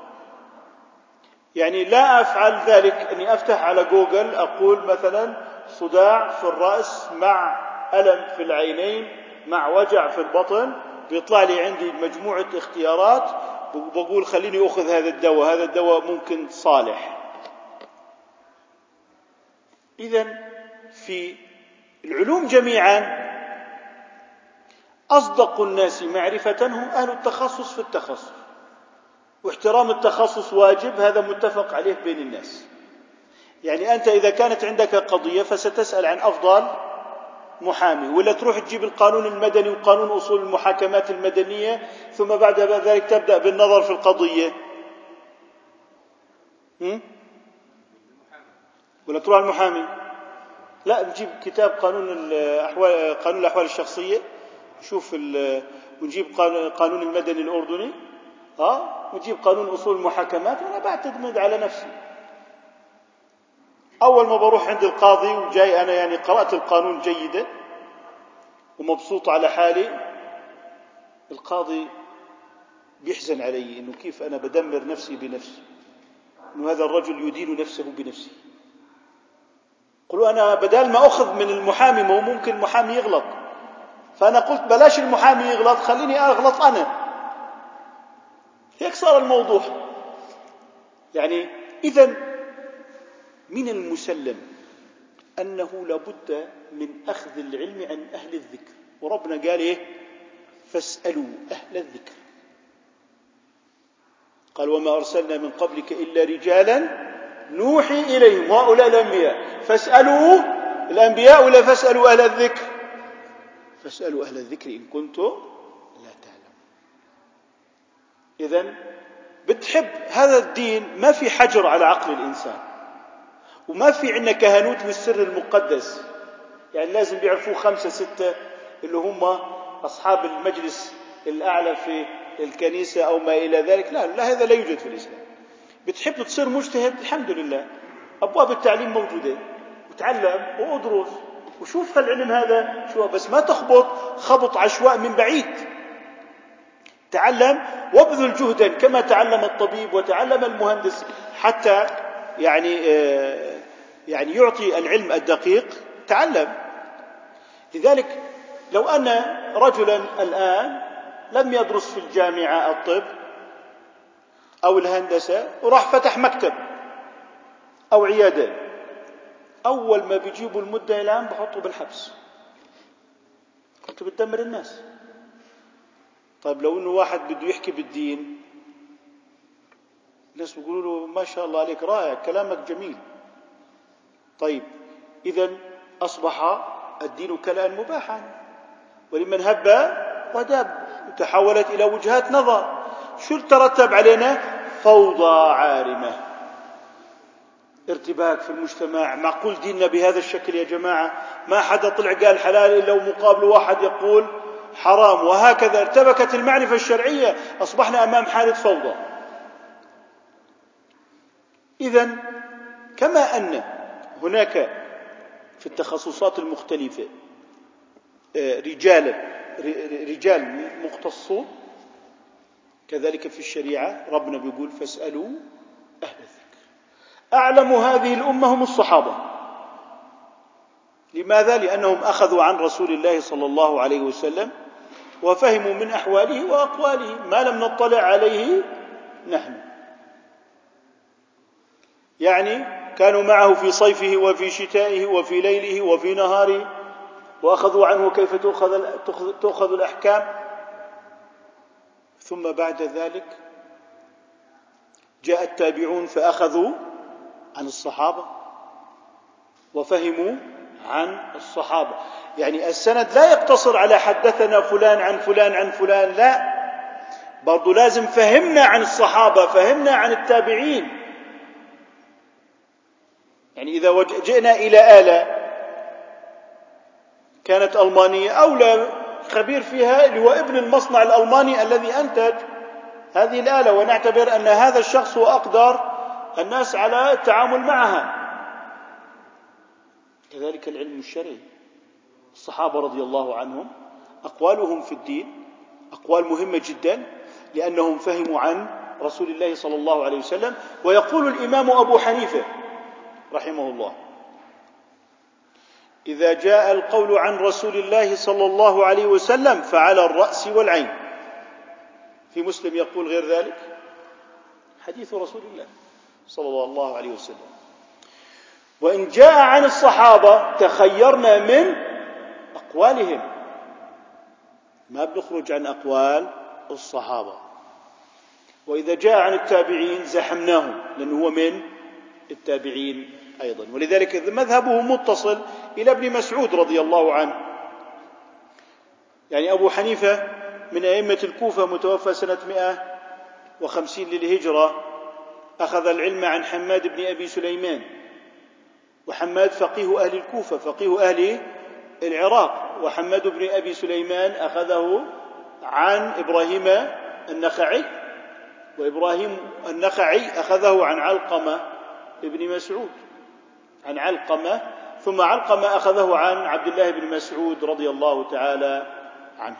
يعني لا أفعل ذلك أني أفتح على جوجل أقول مثلا صداع في الرأس مع ألم في العينين مع وجع في البطن، بيطلع لي عندي مجموعة اختيارات وبقول خليني أخذ هذا الدواء، هذا الدواء ممكن صالح. إذن في العلوم جميعا أصدق الناس معرفة هم أهل التخصص في التخصص، واحترام التخصص واجب، هذا متفق عليه بين الناس. يعني أنت إذا كانت عندك قضية فستسأل عن أفضل محامي، ولا تروح تجيب القانون المدني وقانون أصول المحاكمات المدنية ثم بعد ذلك تبدأ بالنظر في القضية، ولا تروح المحامي؟ لا، نجيب كتاب قانون الأحوال الشخصية، نشوف ونجيب قانون المدني الأردني، ونجيب قانون أصول المحاكمات، وأنا بعتمد على نفسي. أول ما بروح عند القاضي وجاي أنا يعني قرأت القانون جيدا ومبسوط على حالي، القاضي بيحزن علي إنه كيف أنا بدمر نفسي بنفسي، إنه هذا الرجل يدين نفسه بنفسه. قلوا أنا بدال ما أخذ من المحامي، ما هو ممكن المحامي يغلط، فأنا قلت بلاش المحامي يغلط، خليني أغلط أنا. هيك صار الموضوع. يعني إذن من المسلم أنه لابد من أخذ العلم عن أهل الذكر، وربنا قال إيه؟ فاسألوا أهل الذكر. قال وما أرسلنا من قبلك إلا رجالا نوحي إليهم، هؤلاء الأنبياء. فاسألوا الأنبياء ولا فاسألوا أهل الذكر؟ فاسألوا أهل الذكر إن كنتم لا تعلمون. إذن بتحب هذا الدين، ما في حجر على عقل الإنسان، وما في عندنا كهنوت والسر المقدس، يعني لازم بيعرفوه 5 6 اللي هم أصحاب المجلس الأعلى في الكنيسة أو ما إلى ذلك. لا، هذا لا يوجد في الإسلام. بتحب تصير مجتهد، الحمد لله أبواب التعليم موجودة، وتعلم وأدرس وشوف هالعلم هذا شو، بس ما تخبط خبط عشواء من بعيد. تعلم وابذل جهدا كما تعلم الطبيب وتعلم المهندس حتى يعني يعطي العلم الدقيق. تعلم. لذلك لو أن رجلا الآن لم يدرس في الجامعة الطب أو الهندسة وراح فتح مكتب أو عيادة، أول ما بيجيبوا المدة الآن بحطوا بالحبس، كنت بتدمر الناس. طيب لو أنه واحد بده يحكي بالدين، الناس بيقولوا له ما شاء الله عليك، رائع، كلامك جميل. طيب إذن أصبح الدين كلام مباحا، ولمن هب وداب، تحولت إلى وجهات نظر. شو ترتب علينا؟ فوضى عارمة، ارتباك في المجتمع. معقول ديننا بهذا الشكل يا جماعة؟ ما حدا طلع قال حلال إلا ومقابل واحد يقول حرام، وهكذا ارتبكت المعرفة الشرعية، أصبحنا أمام حالة فوضى. إذن كما أن هناك في التخصصات المختلفة رجال مختصون، كذلك في الشريعة ربنا بيقول فاسألوا أهل الذكر. أعلم هذه الأمة هم الصحابة. لماذا؟ لأنهم أخذوا عن رسول الله صلى الله عليه وسلم وفهموا من أحواله وأقواله ما لم نطلع عليه نحن. يعني كانوا معه في صيفه وفي شتائه وفي ليله وفي نهاره، وأخذوا عنه كيف تؤخذ الأحكام. ثم بعد ذلك جاء التابعون فأخذوا عن الصحابة وفهموا عن الصحابة. يعني السند لا يقتصر على حدثنا فلان عن فلان عن فلان، لا، برضو لازم فهمنا عن الصحابة، فهمنا عن التابعين. يعني إذا جئنا إلى آلة كانت ألمانية، أولى خبير فيها اللي هو ابن المصنع الألماني الذي أنتج هذه الآلة، ونعتبر أن هذا الشخص هو أقدر الناس على التعامل معها. كذلك العلم الشرعي، الصحابة رضي الله عنهم أقوالهم في الدين أقوال مهمة جدا، لأنهم فهموا عن رسول الله صلى الله عليه وسلم. ويقول الإمام أبو حنيفة رحمه الله: إذا جاء القول عن رسول الله صلى الله عليه وسلم فعلى الرأس والعين. في مسلم يقول غير ذلك، حديث رسول الله صلى الله عليه وسلم. وإن جاء عن الصحابة تخيرنا من أقوالهم، ما بنخرج عن أقوال الصحابة. وإذا جاء عن التابعين زحمناهم، لأنه هو من التابعين أيضا. ولذلك مذهبه متصل إلى ابن مسعود رضي الله عنه. يعني أبو حنيفة من أئمة الكوفة، متوفى سنة 150 للهجرة، أخذ العلم عن حماد بن أبي سليمان، وحماد فقيه أهل الكوفة، فقيه أهل العراق. وحماد بن أبي سليمان أخذه عن إبراهيم النخعي، وإبراهيم النخعي أخذه عن علقمة ابن مسعود، عن علقمة، ثم علقمة أخذه عن عبد الله بن مسعود رضي الله تعالى عنه.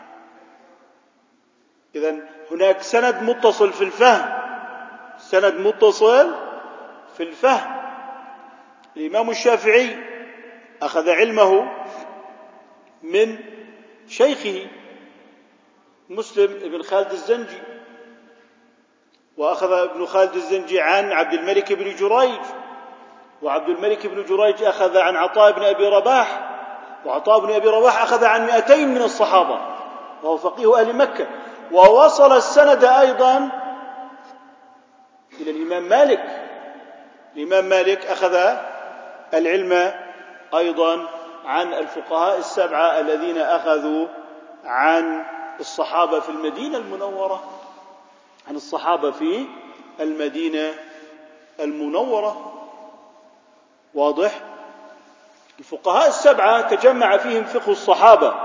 إذن هناك سند متصل في الفهم، سند متصل في الفهم. الإمام الشافعي أخذ علمه من شيخه مسلم بن خالد الزنجي، وأخذ ابن خالد الزنجي عن عبد الملك بن جريج، وعبد الملك بن جريج أخذ عن عطاء بن أبي رباح، وعطاء بن أبي رباح أخذ عن 200 من الصحابة، وهو فقيه أهل مكة. ووصل السند أيضا إلى الإمام مالك. الإمام مالك أخذ العلم أيضا عن الفقهاء السبعة الذين أخذوا عن الصحابة في المدينة المنورة، عن الصحابة في المدينة المنورة. واضح؟ الفقهاء السبعة تجمع فيهم فقه الصحابة.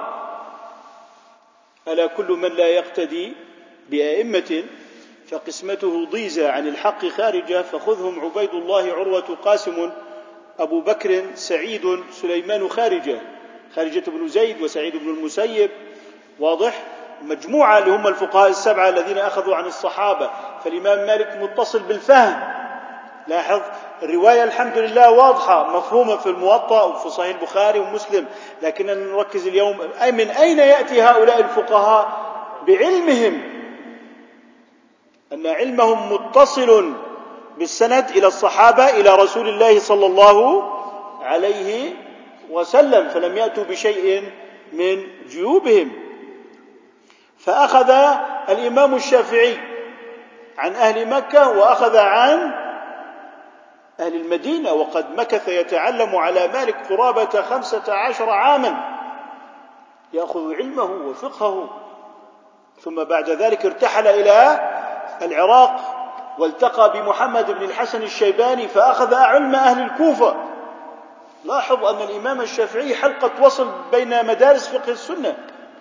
ألا كل من لا يقتدي بأئمة فقسمته ضيزة، عن الحق خارجة، فخذهم عبيد الله عروة قاسم أبو بكر سعيد سليمان خارجة بن زيد وسعيد بن المسيب. واضح؟ مجموعة اللي هم الفقهاء السبعة الذين أخذوا عن الصحابة. فالإمام مالك متصل بالفهم. لاحظ الرواية الحمد لله واضحة مفهومة في الموطأ وفي صحيح البخاري ومسلم، لكننا نركز اليوم من أين يأتي هؤلاء الفقهاء بعلمهم، أن علمهم متصل بالسند إلى الصحابة إلى رسول الله صلى الله عليه وسلم، فلم يأتوا بشيء من جيوبهم. فأخذ الإمام الشافعي عن أهل مكة وأخذ عن أهل المدينة، وقد مكث يتعلم على مالك قرابة 15 عاما يأخذ علمه وفقهه، ثم بعد ذلك ارتحل إلى العراق والتقى بمحمد بن الحسن الشيباني فأخذ علم أهل الكوفة. لاحظ أن الإمام الشافعي حلقة وصل بين مدارس فقه السنة.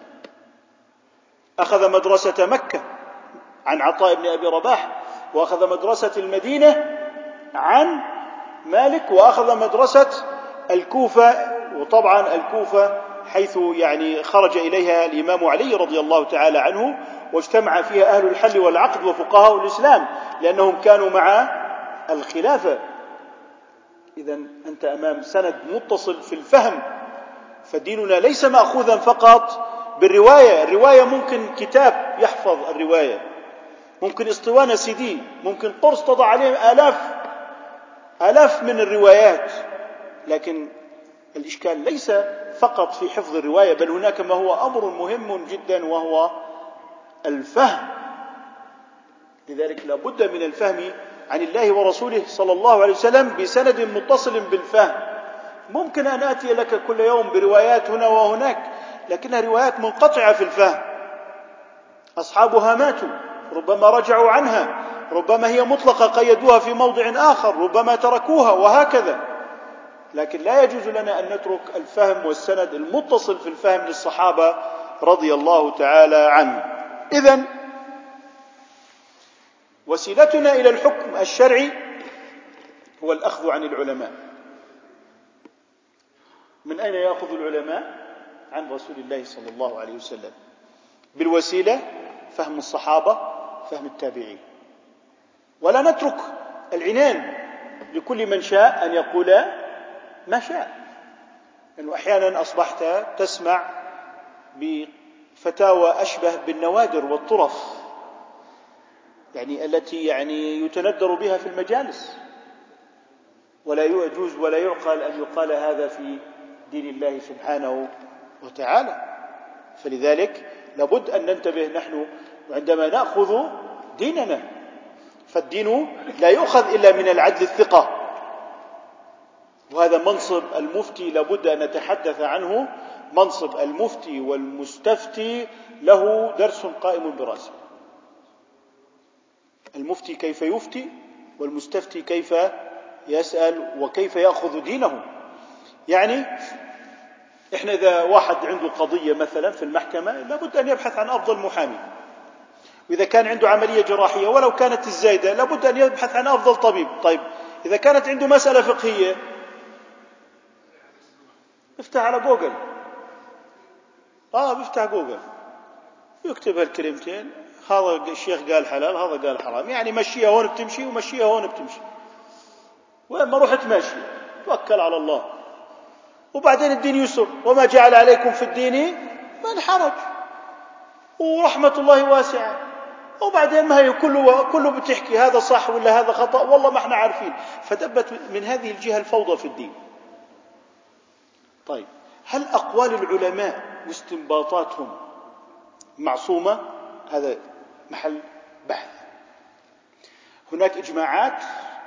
أخذ مدرسة مكة عن عطاء بن أبي رباح، وأخذ مدرسة المدينة عن مالك، وأخذ مدرسة الكوفة. وطبعا الكوفة حيث خرج إليها الإمام علي رضي الله تعالى عنه، واجتمع فيها أهل الحل والعقد وفقهاء الإسلام، لأنهم كانوا مع الخلافة. إذن أنت أمام سند متصل في الفهم. فديننا ليس مأخوذا فقط بالرواية. الرواية ممكن كتاب يحفظ الرواية، ممكن اسطوانة CD، ممكن قرص تضع عليه آلاف من الروايات، لكن الإشكال ليس فقط في حفظ الرواية، بل هناك ما هو أمر مهم جدا وهو الفهم. لذلك لا بد من الفهم عن الله ورسوله صلى الله عليه وسلم بسند متصل بالفهم. ممكن أن آتي لك كل يوم بروايات هنا وهناك، لكنها روايات منقطعة في الفهم، أصحابها ماتوا، ربما رجعوا عنها، ربما هي مطلقة قيدوها في موضع آخر، ربما تركوها، وهكذا. لكن لا يجوز لنا أن نترك الفهم والسند المتصل في الفهم للصحابة رضي الله تعالى عنهم. إذن وسيلتنا إلى الحكم الشرعي هو الأخذ عن العلماء. من أين يأخذ العلماء؟ عن رسول الله صلى الله عليه وسلم، بالوسيلة فهم الصحابة، فهم التابعين. ولا نترك العنان لكل من شاء أن يقول ما شاء، لأنه أحيانا أصبحت تسمع بفتاوى أشبه بالنوادر والطرف، التي يتندر بها في المجالس، ولا يجوز ولا يعقل أن يقال هذا في دين الله سبحانه وتعالى. فلذلك لابد أن ننتبه نحن عندما نأخذ ديننا، فالدين لا يؤخذ إلا من العدل الثقة. وهذا منصب المفتي لابد أن نتحدث عنه. منصب المفتي والمستفتي له درس قائم برأسه. المفتي كيف يفتي، والمستفتي كيف يسأل وكيف يأخذ دينه. إحنا إذا واحد عنده قضية مثلا في المحكمة لابد أن يبحث عن أفضل محامي، وإذا كان عنده عملية جراحية ولو كانت الزايدة لابد أن يبحث عن أفضل طبيب. طيب إذا كانت عنده مسألة فقهية افتح على جوجل، بيفتح جوجل يكتب هالكلمتين، هذا الشيخ قال حلال، هذا قال حرام، مشيها هون بتمشي ومشيها هون بتمشي، ولما رحت ماشي توكل على الله. وبعدين الدين يسر، وما جعل عليكم في الدين من حرج، ورحمة الله واسعة. وبعدين ما هي كله بتحكي هذا صح ولا هذا خطأ، والله ما احنا عارفين. فدبت من هذه الجهة الفوضى في الدين. طيب، هل أقوال العلماء واستنباطاتهم معصومة؟ هذا محل بحث. هناك إجماعات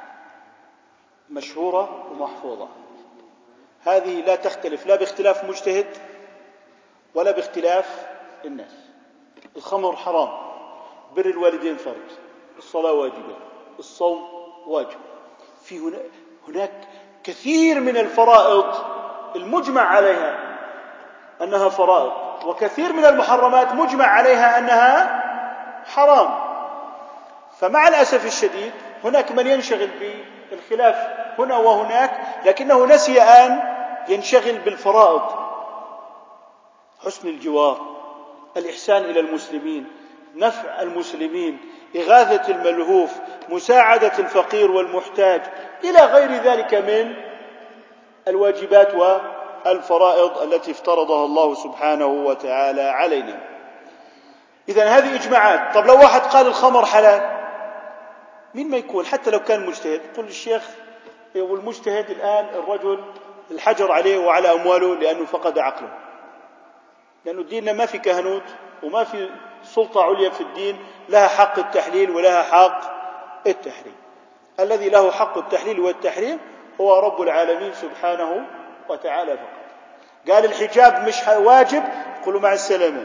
مشهورة ومحفوظة، هذه لا تختلف لا باختلاف مجتهد ولا باختلاف الناس. الخمر حرام، بر الوالدين فرض، الصلاة واجبة، الصوم واجب. في هناك كثير من الفرائض المجمع عليها أنها فرائض، وكثير من المحرمات مجمع عليها أنها حرام. فمع الأسف الشديد هناك من ينشغل بالخلاف هنا وهناك، لكنه نسي أن ينشغل بالفرائض: حسن الجوار، الإحسان إلى المسلمين، نفع المسلمين، إغاثة الملهوف، مساعدة الفقير والمحتاج، إلى غير ذلك من الواجبات والفرائض التي افترضها الله سبحانه وتعالى علينا. إذن هذه إجماعات. طب لو واحد قال الخمر حلال، مين ما يكون حتى لو كان مجتهد، قل الشيخ والمجتهد الآن الرجل الحجر عليه وعلى أمواله لأنه فقد عقله، لأنه ديننا ما في كهنوت وما في سلطة عليا في الدين لها حق التحليل ولها حق التحريم. الذي له حق التحليل والتحريم هو رب العالمين سبحانه وتعالى فقط. قال الحجاب مش واجب، قلوا مع السلامة.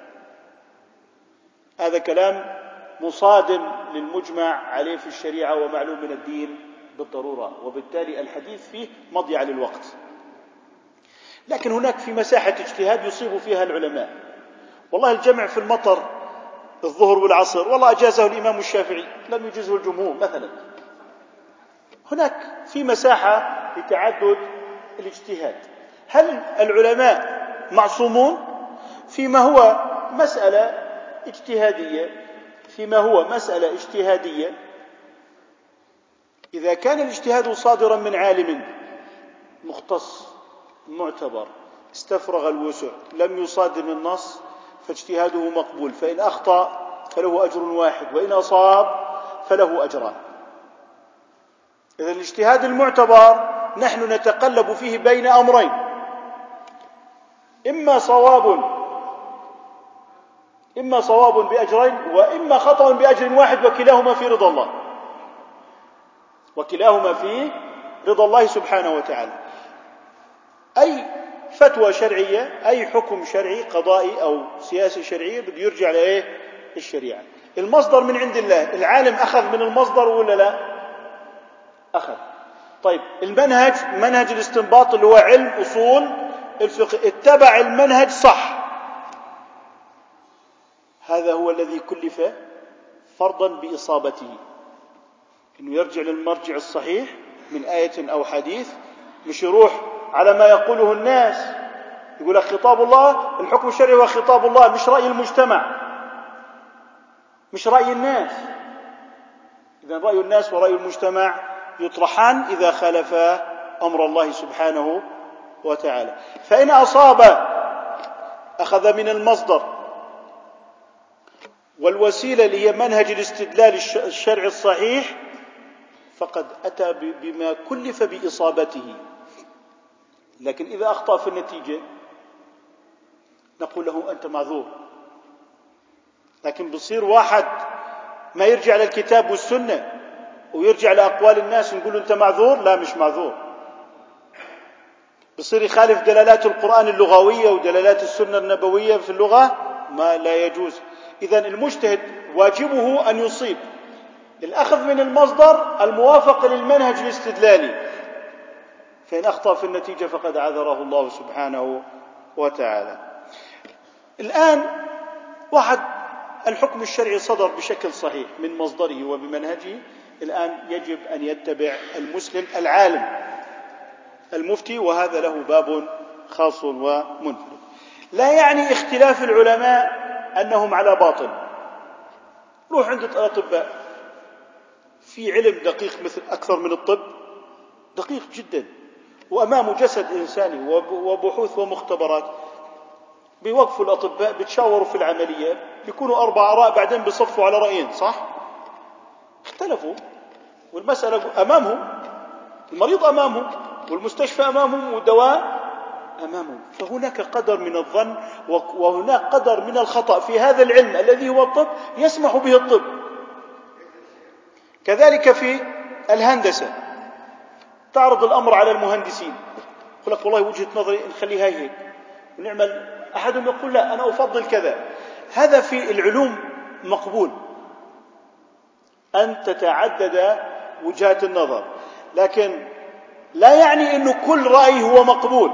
هذا كلام مصادم للمجمع عليه في الشريعة ومعلوم من الدين بالضرورة، وبالتالي الحديث فيه مضيعة للوقت. لكن هناك في مساحة اجتهاد يصيب فيها العلماء. والله الجمع في المطر الظهر والعصر والله أجازه الإمام الشافعي، لم يجزه الجمهور مثلا. هناك في مساحة لتعدد الاجتهاد. هل العلماء معصومون فيما هو مسألة اجتهادية؟ إذا كان الاجتهاد صادرا من عالم مختص معتبر استفرغ الوسع لم يصادم النص فاجتهاده مقبول، فإن أخطأ فله أجر واحد وإن أصاب فله أجران. إذا الاجتهاد المعتبر نحن نتقلب فيه بين أمرين: إما صواب بأجرين، وإما خطأ بأجر واحد، وكلاهما في رضا الله سبحانه وتعالى. أي فتوى شرعية، أي حكم شرعي قضائي أو سياسي شرعي بده يرجع للشريعة. المصدر من عند الله، العالم أخذ من المصدر ولا لا؟ أخذ. طيب منهج الاستنباط اللي هو علم أصول الفقه، اتبع المنهج صح، هذا هو الذي كلف فرضا بإصابته، إنه يرجع للمرجع الصحيح من آية أو حديث، مش يروح على ما يقوله الناس. يقول لك خطاب الله، الحكم الشرعي هو خطاب الله، مش رأي المجتمع، مش رأي الناس. إذا رأي الناس ورأي المجتمع يطرحان إذا خالفا أمر الله سبحانه وتعالى. فإن أصاب أخذ من المصدر والوسيلة اللي هي منهج الاستدلال الشرعي الصحيح، فقد أتى بما كلف بإصابته. لكن إذا أخطأ في النتيجة نقول له أنت معذور. لكن بصير واحد ما يرجع للكتاب والسنة ويرجع لأقوال الناس نقول له أنت معذور؟ لا، مش معذور. بصير يخالف دلالات القرآن اللغوية ودلالات السنة النبوية في اللغة، ما لا يجوز. إذن المجتهد واجبه أن يصيب الأخذ من المصدر الموافق للمنهج الاستدلالي، فإن أخطأ في النتيجة فقد عذره الله سبحانه وتعالى. الآن واحد الحكم الشرعي صدر بشكل صحيح من مصدره وبمنهجه، الآن يجب أن يتبع المسلم العالم المفتي، وهذا له باب خاص ومنفرد. لا يعني اختلاف العلماء أنهم على باطل. روح عند الأطباء في علم دقيق مثل أكثر من الطب، دقيق جدا، وأمامه جسد إنساني وبحوث ومختبرات، بيوقفوا الأطباء بتشاوروا في العملية، بيكونوا 4 آراء بعدين بيصفوا على رأيين، صح؟ اختلفوا والمسألة أمامهم، المريض أمامهم والمستشفى أمامهم والدواء أمامهم. فهناك قدر من الظن وهناك قدر من الخطأ في هذا العلم الذي هو الطب يسمح به الطب. كذلك في الهندسة، تعرض الأمر على المهندسين، يقول لك والله وجهة نظري نخليها هيك ونعمل، أحدهم يقول لا أنا أفضل كذا. هذا في العلوم مقبول أن تتعدد وجهات النظر، لكن لا يعني أن كل رأي هو مقبول.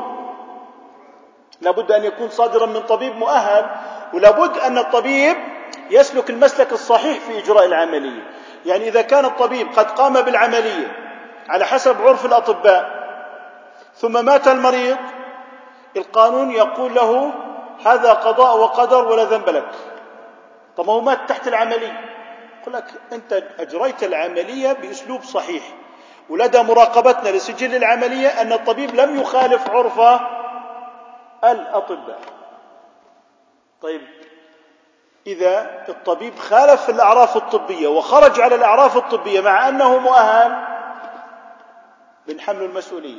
لابد أن يكون صادرا من طبيب مؤهل، ولابد أن الطبيب يسلك المسلك الصحيح في إجراء العملية. يعني إذا كان الطبيب قد قام بالعملية على حسب عرف الأطباء ثم مات المريض، القانون يقول له هذا قضاء وقدر ولا ذنب لك. طب هو مات تحت العملية، يقول لك أنت أجريت العملية بأسلوب صحيح، ولدى مراقبتنا لسجل العملية أن الطبيب لم يخالف عرف الأطباء. طيب إذا الطبيب خالف الأعراف الطبية وخرج على الأعراف الطبية مع أنه مؤهل، بنحمل المسؤولية.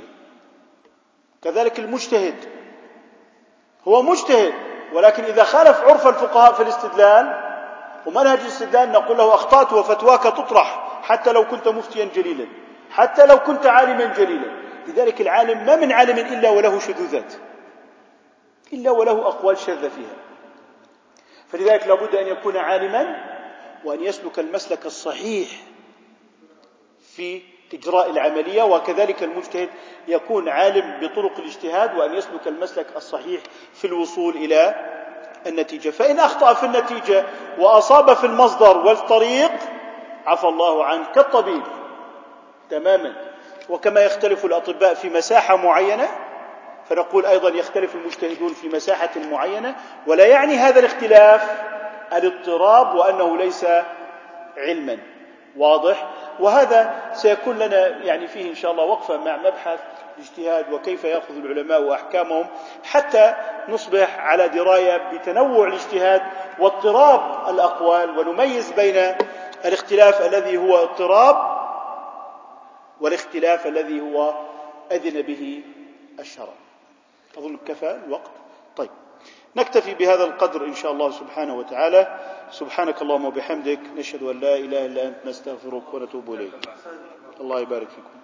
كذلك المجتهد، هو مجتهد ولكن إذا خالف عرف الفقهاء في الاستدلال ومنهج الاستدلال نقول له أخطأت وفتواك تطرح حتى لو كنت مفتيا جليلا، حتى لو كنت عالما جليلا. لذلك العالم ما من عالم إلا وله شذوذات، إلا وله أقوال شاذة فيها. فلذلك لابد أن يكون عالما وأن يسلك المسلك الصحيح في إجراء العملية، وكذلك المجتهد يكون عالم بطرق الاجتهاد وأن يسلك المسلك الصحيح في الوصول إلى النتيجة. فإن أخطأ في النتيجة وأصاب في المصدر والطريق عفى الله عنه كالطبيب تماما. وكما يختلف الأطباء في مساحة معينة، فنقول أيضا يختلف المجتهدون في مساحة معينة، ولا يعني هذا الاختلاف الاضطراب وأنه ليس علما. واضح؟ وهذا سيكون لنا يعني فيه إن شاء الله وقفة مع مبحث الاجتهاد وكيف يأخذ العلماء أحكامهم، حتى نصبح على دراية بتنوع الاجتهاد واضطراب الأقوال، ونميز بين الاختلاف الذي هو اضطراب والاختلاف الذي هو أذن به الشرع. أظن كفى الوقت. طيب نكتفي بهذا القدر إن شاء الله سبحانه وتعالى. سبحانك اللهم وبحمدك، نشهد أن لا إله إلا أنت، نستغفرك ونتوب إليك. الله يبارك فيكم.